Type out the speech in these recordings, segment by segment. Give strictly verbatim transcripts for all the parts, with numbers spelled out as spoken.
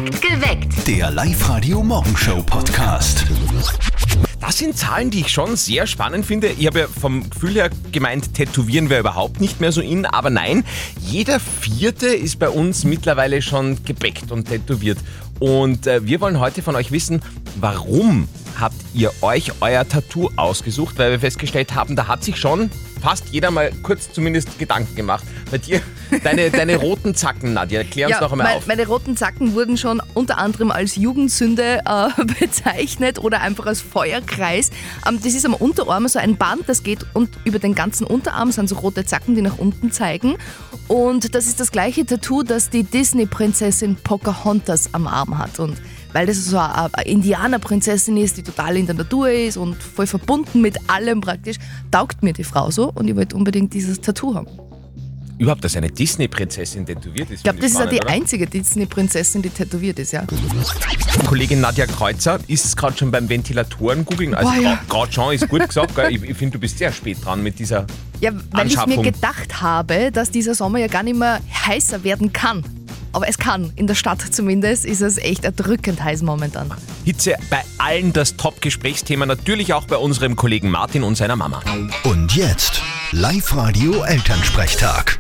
Perfekt geweckt. Der Live-Radio-Morgenshow-Podcast. Das sind Zahlen, die ich schon sehr spannend finde. Ich habe ja vom Gefühl her gemeint, tätowieren wäre überhaupt nicht mehr so in, aber nein, jeder Vierte ist bei uns mittlerweile schon gebäckt und tätowiert. Und äh, wir wollen heute von euch wissen, warum habt ihr euch euer Tattoo ausgesucht? Weil wir festgestellt haben, da hat sich schon fast jeder mal kurz zumindest Gedanken gemacht. Bei dir, deine, deine roten Zacken, Nadja, erklär uns ja, noch einmal mein, auf. Meine roten Zacken wurden schon unter anderem als Jugendsünde äh, bezeichnet oder einfach als Feuerkreis. Ähm, das ist am Unterarm so ein Band, das geht und über den ganzen Unterarm, sind so rote Zacken, die nach unten zeigen. Und das ist das gleiche Tattoo, das die Disney-Prinzessin Pocahontas am Arm hat. Und weil das so eine Indianerprinzessin ist, die total in der Natur ist und voll verbunden mit allem praktisch, taugt mir die Frau so und ich wollte unbedingt dieses Tattoo haben. Überhaupt, dass eine Disney-Prinzessin tätowiert ist. Ich glaube, das ist ja die oder? einzige Disney-Prinzessin, die tätowiert ist, ja. Kollegin Nadja Kreuzer ist gerade schon beim Ventilatoren googeln. Also Boah, ja. gerade schon ist gut gesagt. Gell? Ich, ich finde, du bist sehr spät dran mit dieser Ja, weil ich Anschaffung. mir gedacht habe, dass dieser Sommer ja gar nicht mehr heißer werden kann. Aber es kann. In der Stadt zumindest ist es echt erdrückend heiß momentan. Hitze bei allen das Top-Gesprächsthema, natürlich auch bei unserem Kollegen Martin und seiner Mama. Und jetzt Live-Radio-Elternsprechtag.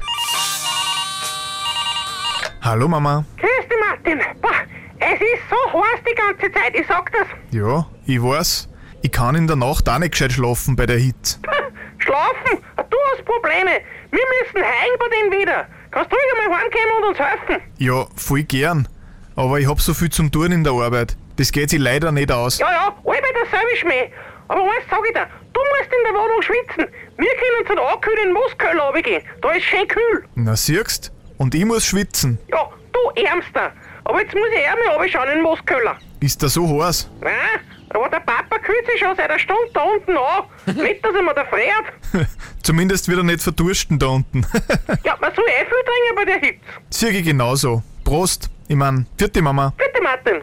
Hallo Mama. Grüß dich, Martin. Boah, es ist so heiß die ganze Zeit, ich sag das. Ja, ich weiß. Ich kann in der Nacht auch nicht gescheit schlafen bei der Hitze. Schlafen? Du hast Probleme. Wir müssen heim bei denen wieder. Kannst du ruhig mal heimkommen und uns helfen? Ja, voll gern. Aber ich hab so viel zum Tun in der Arbeit. Das geht sich leider nicht aus. Ja, ja, alle derselbe Schmäh. Aber eins sag ich dir, du musst in der Wohnung schwitzen. Wir können zu den angekühlten Moskau runtergehen. Da ist schön kühl. Na siehst, und ich muss schwitzen. Ja, du Ärmster. Aber jetzt muss ich auch mal runterschauen in den Moskauer. Ist da so heiß? Nein, aber der Papa kühlt sich schon seit einer Stunde da unten an. Nicht, dass er mir da friert. Zumindest wird er nicht verdursten da unten. Ja, man soll eh viel trinken bei der Hitze. Sieh ich genauso. Prost. Ich mein, vierte Mama. Bitte, Martin.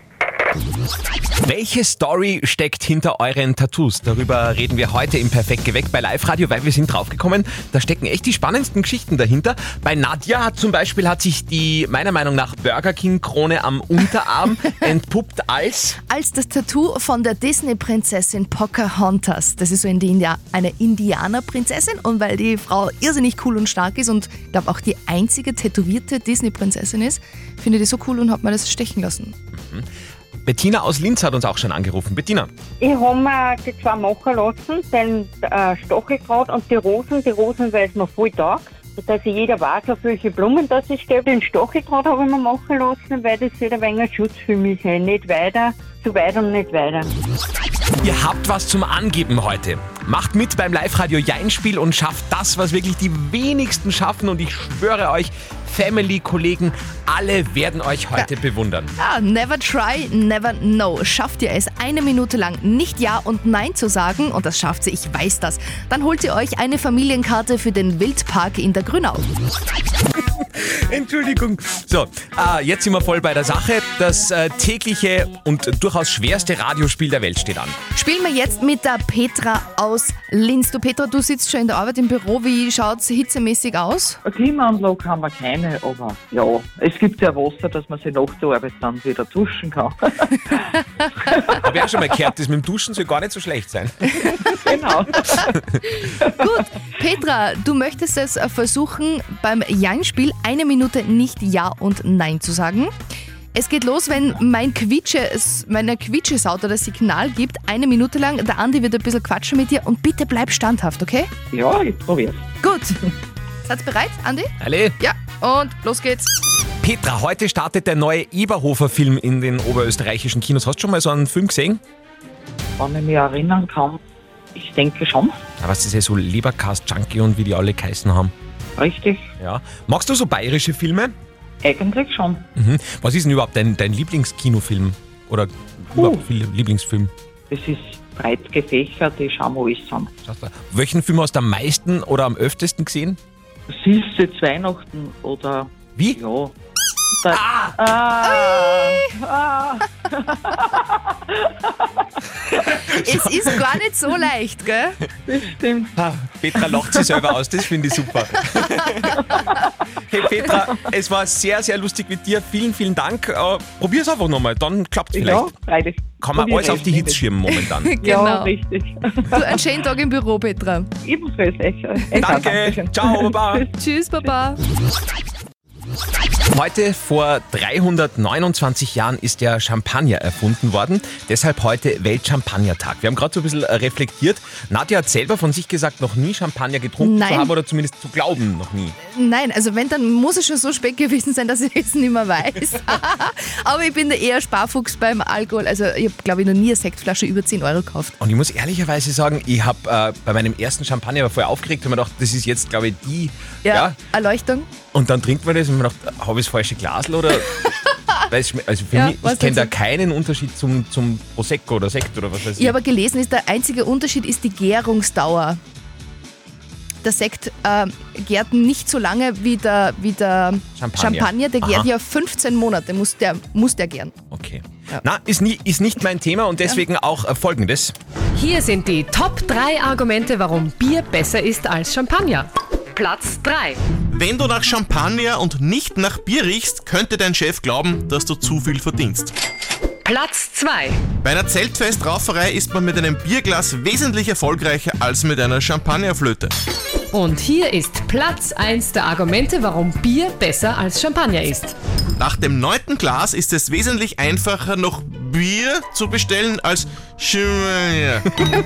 Welche Story steckt hinter euren Tattoos? Darüber reden wir heute im Perfekt geweckt bei Live-Radio, weil wir sind draufgekommen, da stecken echt die spannendsten Geschichten dahinter. Bei Nadja hat zum Beispiel hat sich die, meiner Meinung nach, Burger King-Krone am Unterarm entpuppt als... Als das Tattoo von der Disney-Prinzessin Pocahontas. Das ist so in die India- eine Indianerprinzessin und weil die Frau irrsinnig cool und stark ist und ich glaube auch die einzige tätowierte Disney-Prinzessin ist, finde ich die so cool und habe mir das stechen lassen. Mhm. Bettina aus Linz hat uns auch schon angerufen. Bettina. Ich habe mir die zwei machen lassen, den äh, Stacheldraht und die Rosen. Die Rosen, weil es mir voll taugt, dass jeder weiß, auf welche Blumen das ich gebe. Den Stacheldraht habe ich mir machen lassen, weil das wird ein wenig ein Schutz für mich sein. Nicht weiter, zu weit und nicht weiter. Ihr habt was zum Angeben heute. Macht mit beim Live-Radio-Jein-Spiel und schafft das, was wirklich die wenigsten schaffen. Und ich schwöre euch, Family, Kollegen, alle werden euch heute ja. bewundern. Ja, never try, never know. Schafft ihr es, eine Minute lang nicht Ja und Nein zu sagen, und das schafft sie, ich weiß das, dann holt ihr euch eine Familienkarte für den Wildpark in der Grünau. Entschuldigung. So, äh, jetzt sind wir voll bei der Sache. Das äh, tägliche und durchaus schwerste Radiospiel der Welt steht an. Spielen wir jetzt mit der Petra aus Linz. Du Petra, du sitzt schon in der Arbeit im Büro. Wie schaut es hitzemäßig aus? Eine Klimaanlage haben wir keine, aber ja, es gibt ja Wasser, dass man sich nach der Arbeit dann wieder duschen kann. Habe ich auch schon mal gehört, das mit dem Duschen soll gar nicht so schlecht sein. Genau. Gut, Petra, du möchtest es versuchen, beim Jein-Spiel eine Minute nicht Ja und Nein zu sagen. Es geht los, wenn mein Quietsche, meine Quietschesauter das Signal gibt, eine Minute lang. Der Andi wird ein bisschen quatschen mit dir und bitte bleib standhaft, okay? Ja, ich probier's. Gut. Seid ihr bereit, Andi? Alle? Ja, und los geht's. Petra, heute startet der neue Eberhofer-Film in den oberösterreichischen Kinos. Hast du schon mal so einen Film gesehen? Wenn ich mich erinnern kann, ich denke schon. Aber es ist ja so Leberkast-Junkie und wie die alle geheißen haben. Richtig. Ja. Magst du so bayerische Filme? Eigentlich schon. Mhm. Was ist denn überhaupt dein, dein Lieblingskinofilm? Oder Uh. überhaupt viel Lieblingsfilm? Das ist breit gefächert, ich schaue mal alles an. Welchen Film hast du am meisten oder am öftesten gesehen? Süße zu Weihnachten oder... Wie? Ja. Da, ah! Ah! Ah! Es ist gar nicht so leicht, gell? Das stimmt. Ah, Petra lacht sich selber aus, das finde ich super. Hey Petra, es war sehr, sehr lustig mit dir. Vielen, vielen Dank. Äh, probier's einfach nochmal, dann klappt es vielleicht. Ja, freilich. Kann man Probier alles auf die es. Hits schirmen momentan. Ja, Genau. richtig. Du, einen schönen Tag im Büro, Petra. Ebenfalls. Echt, echt Danke, ciao, Baba. Tschüss, Baba. Heute vor dreihundertneunundzwanzig Jahren ist der Champagner erfunden worden. Deshalb heute Weltchampagnertag. Wir haben gerade so ein bisschen reflektiert. Nadja hat selber von sich gesagt, noch nie Champagner getrunken Nein. zu haben oder zumindest zu glauben, noch nie. Nein, also wenn, dann muss es schon so spät gewesen sein, dass ich es nicht mehr weiß. Aber ich bin da eher Sparfuchs beim Alkohol. Also ich habe, glaube ich, noch nie eine Sektflasche über zehn Euro gekauft. Und ich muss ehrlicherweise sagen, ich habe äh, bei meinem ersten Champagner war vorher aufgeregt und mir gedacht, das ist jetzt, glaube ich, die. Ja, Ja. Erleuchtung. Und dann trinkt man das und man gedacht, habe ich das falsche Glasl oder? Weil es schme- also für Ja, mich, was ich kenne da dazu? keinen Unterschied zum, zum Prosecco oder Sekt oder was weiß ich. Ich habe gelesen, ist der einzige Unterschied ist die Gärungsdauer. Der Sekt äh, gärt nicht so lange wie der, wie der Champagner. Champagner. Der gärt Aha. ja fünfzehn Monate, muss der, muss der gären. Okay. Ja. Na, ist, nie, ist nicht mein Thema und deswegen auch äh, Folgendes. Hier sind die Top drei Argumente, warum Bier besser ist als Champagner. Platz drei. Wenn du nach Champagner und nicht nach Bier riechst, könnte dein Chef glauben, dass du zu viel verdienst. Platz zwei. Bei einer Zeltfestrauferei ist man mit einem Bierglas wesentlich erfolgreicher als mit einer Champagnerflöte. Und hier ist Platz eins der Argumente, warum Bier besser als Champagner ist. Nach dem neunten Glas ist es wesentlich einfacher, noch Bier zu bestellen als Champagner.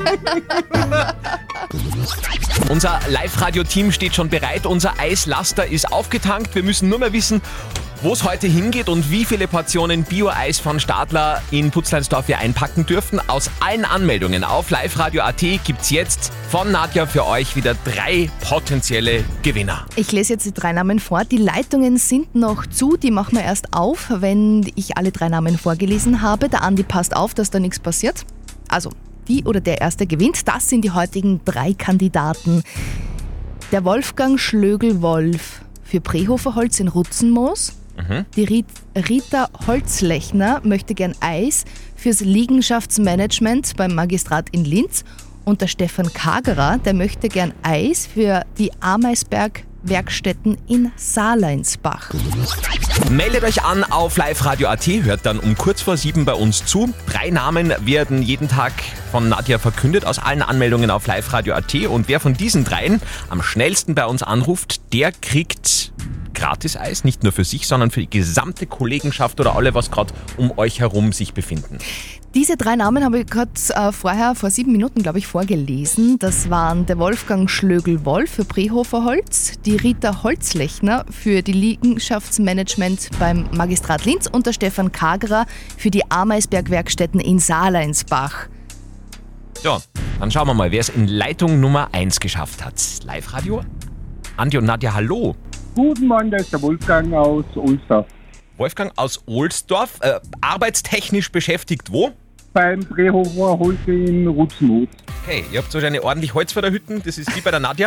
Unser Live-Radio-Team steht schon bereit. Unser Eislaster ist aufgetankt. Wir müssen nur mehr wissen, wo es heute hingeht und wie viele Portionen Bio-Eis von Stadler in Putzleinsdorf wir einpacken dürfen. Aus allen Anmeldungen auf liveradio punkt at gibt es jetzt von Nadja für euch wieder drei potenzielle Gewinner. Ich lese jetzt die drei Namen vor. Die Leitungen sind noch zu, die machen wir erst auf, wenn ich alle drei Namen vorgelesen habe. Der Andi passt auf, dass da nichts passiert. Also, die oder der Erste gewinnt. Das sind die heutigen drei Kandidaten. Der Wolfgang Schlögl-Wolf für Prehofer Holz in Rutzenmoos. Mhm. Die Rit- Rita Holzlechner möchte gern Eis fürs Liegenschaftsmanagement beim Magistrat in Linz. Und der Stefan Kagerer, der möchte gern Eis für die Ameisberg-Werkstätten in Saarleinsbach. Meldet euch an auf liveradio punkt at, hört dann um kurz vor sieben bei uns zu. Drei Namen werden jeden Tag von Nadja verkündet aus allen Anmeldungen auf liveradio punkt at. Und wer von diesen dreien am schnellsten bei uns anruft, der kriegt Gratis-Eis, nicht nur für sich, sondern für die gesamte Kollegenschaft oder alle, was gerade um euch herum sich befinden. Diese drei Namen habe ich gerade äh, vorher, vor sieben Minuten, glaube ich, vorgelesen. Das waren der Wolfgang Schlögl-Wolf für Prehofer Holz, die Rita Holzlechner für die Liegenschaftsmanagement beim Magistrat Linz und der Stefan Kagerer für die Ameisberg-Werkstätten in Saarleinsbach. Ja, dann schauen wir mal, wer es in Leitung Nummer eins geschafft hat. Live-Radio, Andi und Nadja, hallo. Guten Morgen, da ist der Wolfgang aus Ulster. Wolfgang aus Ohlsdorf, äh, arbeitstechnisch beschäftigt wo? Beim Prehofer Holz in Rutzenmoos. Okay, ihr habt wahrscheinlich ordentlich Holz vor der Hütte, das ist wie bei der Nadja.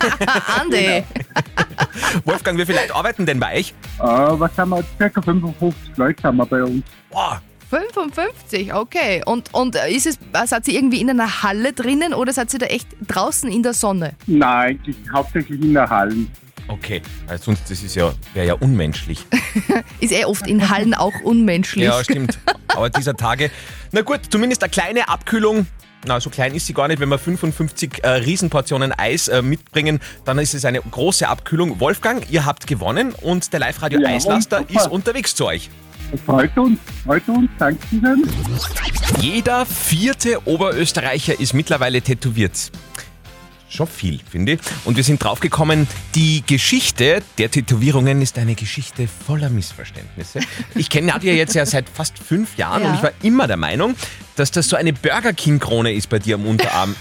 Andi! Wolfgang, wie viele Leute arbeiten denn bei euch? Äh, was haben wir? Circa fünfundfünfzig Leute haben wir bei uns. Boah, fünfundfünfzig, okay. Und, und ist es, seid ihr irgendwie in einer Halle drinnen oder seid ihr da echt draußen in der Sonne? Nein, eigentlich hauptsächlich in der Halle. okay, weil sonst das ist ja, wäre ja unmenschlich. Ist eh oft in Hallen auch unmenschlich. Ja, stimmt. Aber dieser Tage, na gut, zumindest eine kleine Abkühlung. Na, so klein ist sie gar nicht. Wenn wir fünfundfünfzig äh, Riesenportionen Eis äh, mitbringen, dann ist es eine große Abkühlung. Wolfgang, ihr habt gewonnen und der Live-Radio Ja, Eislaster super. ist unterwegs zu euch. Das freut uns, freut uns, danke Ihnen. Jeder vierte Oberösterreicher ist mittlerweile tätowiert. Schon viel, finde ich. Und wir sind draufgekommen, die Geschichte der Tätowierungen ist eine Geschichte voller Missverständnisse. Ich kenne Nadja jetzt ja seit fast fünf Jahren Ja. und ich war immer der Meinung, dass das so eine Burger King-Krone ist bei dir am Unterarm.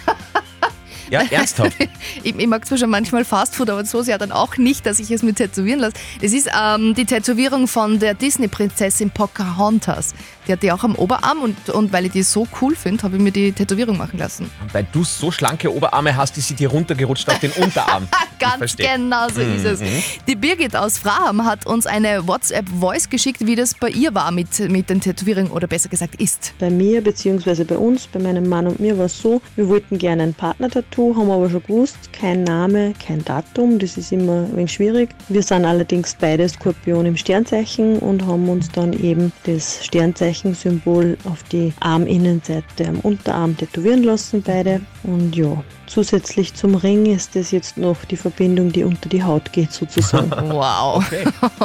Ja, ernsthaft. Ich, ich mag zwar schon manchmal Fastfood, aber so sehr dann auch nicht, dass ich es mir tätowieren lasse. Das ist ähm, die Tätowierung von der Disney-Prinzessin Pocahontas. Die hat die auch am Oberarm und, und weil ich die so cool finde, habe ich mir die Tätowierung machen lassen. Weil du so schlanke Oberarme hast, die sie dir runtergerutscht auf den Unterarm. Ganz genau so ist es. Die Birgit aus Fraham hat uns eine WhatsApp-Voice geschickt, wie das bei ihr war mit, mit den Tätowierungen oder besser gesagt ist. Bei mir bzw. bei uns, bei meinem Mann und mir war es so, wir wollten gerne ein Partner-Tattoo, haben aber schon gewusst, kein Name, kein Datum, das ist immer ein wenig schwierig. Wir sind allerdings beide Skorpion im Sternzeichen und haben uns dann eben das Sternzeichen-Symbol auf die Arminnenseite am Unterarm tätowieren lassen, beide. Und ja, zusätzlich zum Ring ist das jetzt noch die Verbindung, die unter die Haut geht sozusagen. Wow. Okay.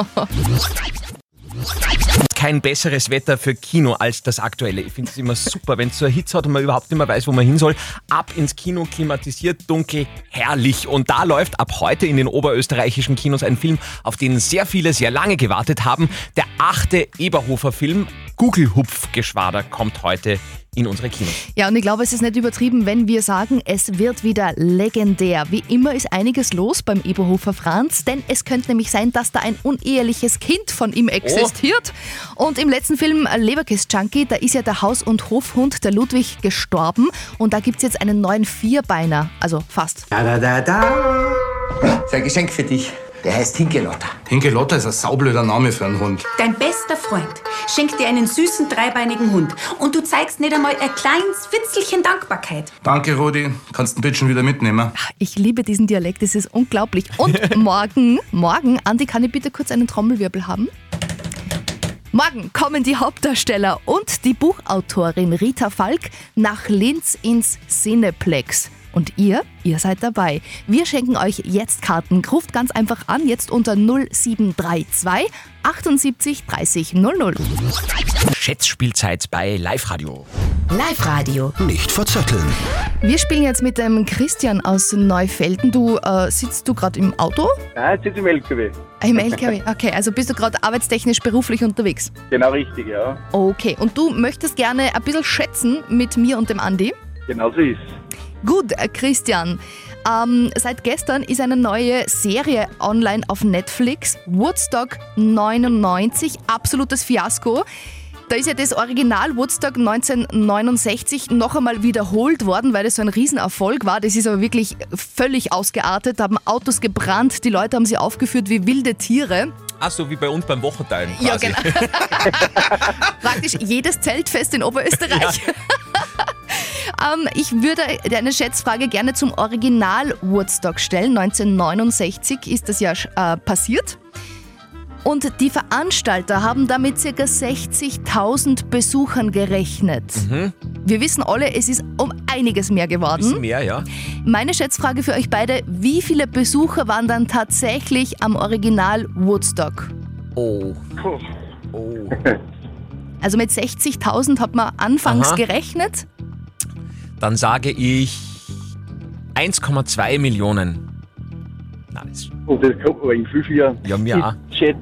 Kein besseres Wetter für Kino als das aktuelle. Ich finde es immer super, wenn es so eine Hitze hat und man überhaupt nicht mehr weiß, wo man hin soll. Ab ins Kino, klimatisiert, dunkel, herrlich. Und da läuft ab heute in den oberösterreichischen Kinos ein Film, auf den sehr viele sehr lange gewartet haben. Der achte Eberhofer-Film Gugelhupfgeschwader kommt heute in unsere Kinos. Ja, und ich glaube, es ist nicht übertrieben, wenn wir sagen, es wird wieder legendär. Wie immer ist einiges los beim Eberhofer Franz, denn es könnte nämlich sein, dass da ein uneheliches Kind von ihm existiert. Oh. Und im letzten Film Leberkäse-Junkie, da ist ja der Haus- und Hofhund, der Ludwig, gestorben. Und da gibt es jetzt einen neuen Vierbeiner, also fast. Da, da, da, da. Sein Geschenk für dich. Der heißt Hinkelotter. Hinkelotter ist ein saublöder Name für einen Hund. Dein bester Freund schenkt dir einen süßen, dreibeinigen Hund und du zeigst nicht einmal ein kleines Witzelchen Dankbarkeit. Danke, Rudi. Kannst den Bitchen wieder mitnehmen. Ich liebe diesen Dialekt, das ist unglaublich. Und morgen, morgen, Andi, kann ich bitte kurz einen Trommelwirbel haben? Morgen kommen die Hauptdarsteller und die Buchautorin Rita Falk nach Linz ins Cineplex. Und ihr, ihr seid dabei. Wir schenken euch jetzt Karten. Ruft ganz einfach an, jetzt unter null sieben drei zwei achtundsiebzig dreißig null null. Schätzspielzeit bei Live-Radio. Live-Radio. Nicht verzetteln. Wir spielen jetzt mit dem Christian aus Neufelden. Du, äh, sitzt du gerade im Auto? Nein, jetzt sitze ich im L K W. Im L K W, okay. Also bist du gerade arbeitstechnisch, beruflich unterwegs? Genau richtig, ja. Okay, und du möchtest gerne ein bisschen schätzen mit mir und dem Andi? Genau so ist. Gut, Christian. Ähm, seit gestern ist eine neue Serie online auf Netflix. Woodstock neunundneunzig, absolutes Fiasko. Da ist ja das Original Woodstock neunzehnhundertneunundsechzig noch einmal wiederholt worden, weil das so ein Riesenerfolg war. Das ist aber wirklich völlig ausgeartet. Da haben Autos gebrannt, die Leute haben sie aufgeführt wie wilde Tiere. Ach so, wie bei uns beim Wochenteilen quasi. Ja, genau. Praktisch jedes Zeltfest in Oberösterreich. Ja. ähm, ich würde eine Schätzfrage gerne zum Original Woodstock stellen. neunzehnhundertneunundsechzig ist das ja äh, passiert. Und die Veranstalter haben da mit ca. sechzigtausend Besuchern gerechnet. Mhm. Wir wissen alle, es ist um einiges mehr geworden. Ein bisschen mehr, ja. Meine Schätzfrage für euch beide, wie viele Besucher waren dann tatsächlich am Original Woodstock? Oh. Oh. Also mit sechzigtausend hat man anfangs Aha. gerechnet. Dann sage ich eins Komma zwei Millionen. Nein, das Und das kommt aber in fünf Jahren. Ja, mir auch. Ich schätze,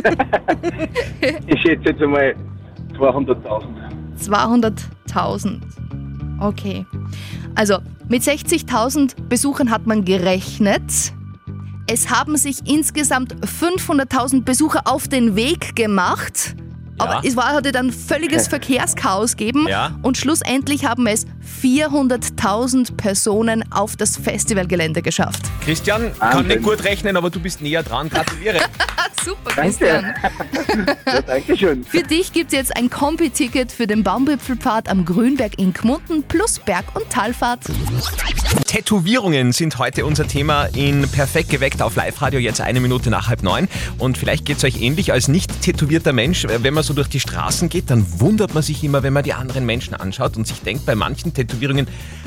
ich schätze jetzt einmal zweihunderttausend. zweihunderttausend. Okay. Also mit sechzigtausend Besuchern hat man gerechnet. Es haben sich insgesamt fünfhunderttausend Besucher auf den Weg gemacht. Ja. Aber es war, hatte dann völliges Verkehrschaos gegeben. Ja. Und schlussendlich haben es vierhunderttausend Personen auf das Festivalgelände geschafft. Christian, kann nicht gut rechnen, aber du bist näher dran. Gratuliere. Super, Christian. Ja, danke schön. Für dich gibt es jetzt ein Kombi-Ticket für den Baumwipfelpfad am Grünberg in Gmunden plus Berg- und Talfahrt. Tätowierungen sind heute unser Thema in Perfekt geweckt auf Live-Radio, jetzt eine Minute nach halb neun. Und vielleicht geht es euch ähnlich als nicht tätowierter Mensch. Wenn man so durch die Straßen geht, dann wundert man sich immer, wenn man die anderen Menschen anschaut und sich denkt bei manchen Tätowierungen,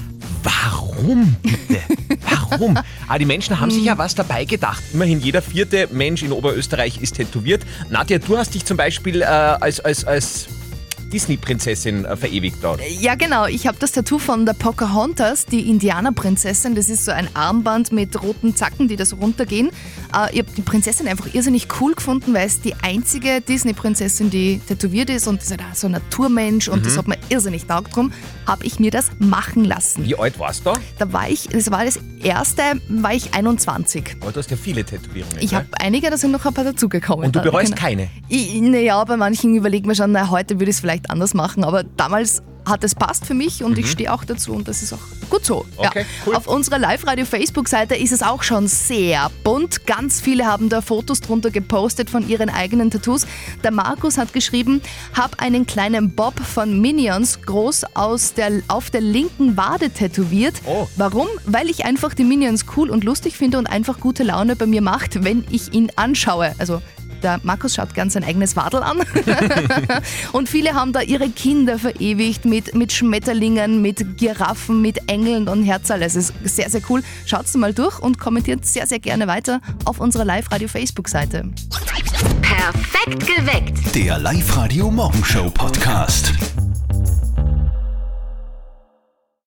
warum bitte? Warum? Aber die Menschen haben sich ja was dabei gedacht. Immerhin jeder vierte Mensch in Oberösterreich ist tätowiert. Nadja, du hast dich zum Beispiel äh, als, als, als Disney-Prinzessin äh, verewigt dort. Ja, genau. Ich habe das Tattoo von der Pocahontas, die Indianerprinzessin. Das ist so ein Armband mit roten Zacken, die da so runtergehen. Äh, ich habe die Prinzessin einfach irrsinnig cool gefunden, weil es die einzige Disney-Prinzessin, die tätowiert ist und ist halt auch so ein Naturmensch und Mhm. das hat mir irrsinnig taugt. Drum habe ich mir das machen lassen. Wie alt warst du da? Da war ich, das war das erste, war ich einundzwanzig. Aber du hast ja viele Tätowierungen. Ich gell? habe einige, da sind noch ein paar dazugekommen. Und du bereust Genau. keine? Ich, naja, bei manchen überlegen wir schon, na, heute würde ich es vielleicht anders machen, aber damals hat es passt für mich und Mhm. ich stehe auch dazu und das ist auch gut so. Okay, ja. cool. Auf unserer Live-Radio-Facebook-Seite ist es auch schon sehr bunt. Ganz viele haben da Fotos drunter gepostet von ihren eigenen Tattoos. Der Markus hat geschrieben, hab einen kleinen Bob von Minions groß aus der, auf der linken Wade tätowiert. Oh. Warum? Weil ich einfach die Minions cool und lustig finde und einfach gute Laune bei mir macht, wenn ich ihn anschaue. Also der Markus schaut gern sein eigenes Wadel an. Und viele haben da ihre Kinder verewigt mit, mit Schmetterlingen, mit Giraffen, mit Engeln und Herzerl. Es ist sehr, sehr cool. Schaut's mal durch und kommentiert sehr, sehr gerne weiter auf unserer Live-Radio-Facebook-Seite. Perfekt geweckt. Der Live-Radio Morgenshow Podcast.